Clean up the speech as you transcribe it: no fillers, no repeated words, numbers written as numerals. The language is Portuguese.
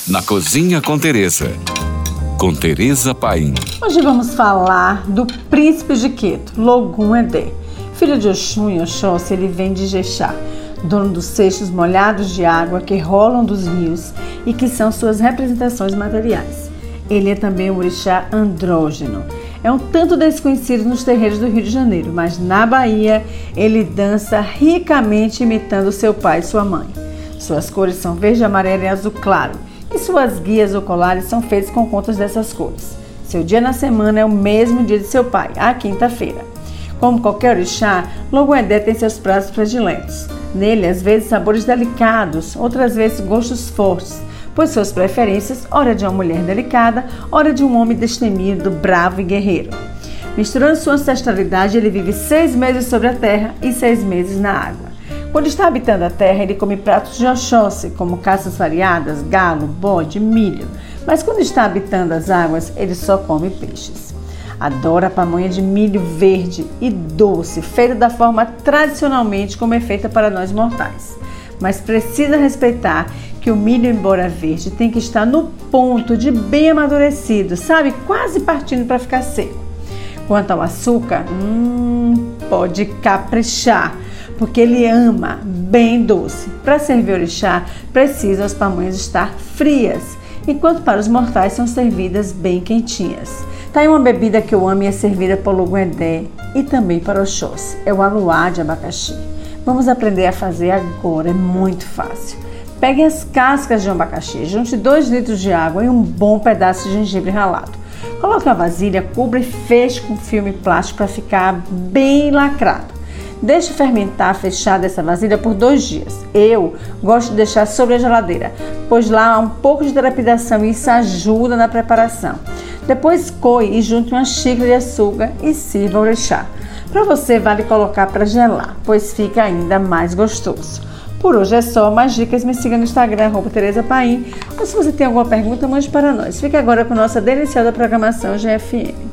na Cozinha com Tereza. Com Tereza Paim. Hoje vamos falar do príncipe de Queto, Logum Edé. Filho de Oxum e Oxóssi, ele vem de Jexá, dono dos seixos molhados de água que rolam dos rios e que são suas representações materiais. Ele é também um orixá andrógeno. É um tanto desconhecido nos terreiros do Rio de Janeiro, mas na Bahia ele dança ricamente imitando seu pai e sua mãe. Suas cores são verde, amarelo e azul claro, e suas guias ou colares são feitos com contas dessas cores. Seu dia na semana é o mesmo dia de seu pai, a quinta-feira. Como qualquer orixá, Logum Edé tem seus pratos prediletos. Nele, às vezes, sabores delicados, outras vezes gostos fortes, pois suas preferências, ora de uma mulher delicada, ora de um homem destemido, bravo e guerreiro. Misturando sua ancestralidade, ele vive 6 meses sobre a terra e 6 meses na água. Quando está habitando a terra, ele come pratos de Oxóssi, como caças variadas, galo, bode, milho. Mas quando está habitando as águas, ele só come peixes. Adora a pamonha de milho verde e doce, feita da forma tradicionalmente como é feita para nós mortais. Mas precisa respeitar que o milho, embora verde, tem que estar no ponto de bem amadurecido, sabe? Quase partindo para ficar seco. Quanto ao açúcar, pode caprichar, porque ele ama bem doce. Para servir orixá, precisam as pamonhas estar frias, enquanto para os mortais são servidas bem quentinhas. Tá aí uma bebida que eu amo e é servida por Logum Edé e também para Oxóssi. É o aluá de abacaxi. Vamos aprender a fazer agora, é muito fácil. Pegue as cascas de um abacaxi, junte 2 litros de água e um bom pedaço de gengibre ralado. Coloque na vasilha, cubra e feche com filme plástico para ficar bem lacrado. Deixe fermentar fechada essa vasilha por 2 dias. Eu gosto de deixar sobre a geladeira, pois lá há um pouco de trepidação e isso ajuda na preparação. Depois coe e junte uma xícara de açúcar e sirva o orixá. Para você vale colocar para gelar, pois fica ainda mais gostoso. Por hoje é só, mais dicas me siga no Instagram, @Tereza Paim. Ou se você tem alguma pergunta, mande para nós. Fique agora com nossa deliciosa programação GFM.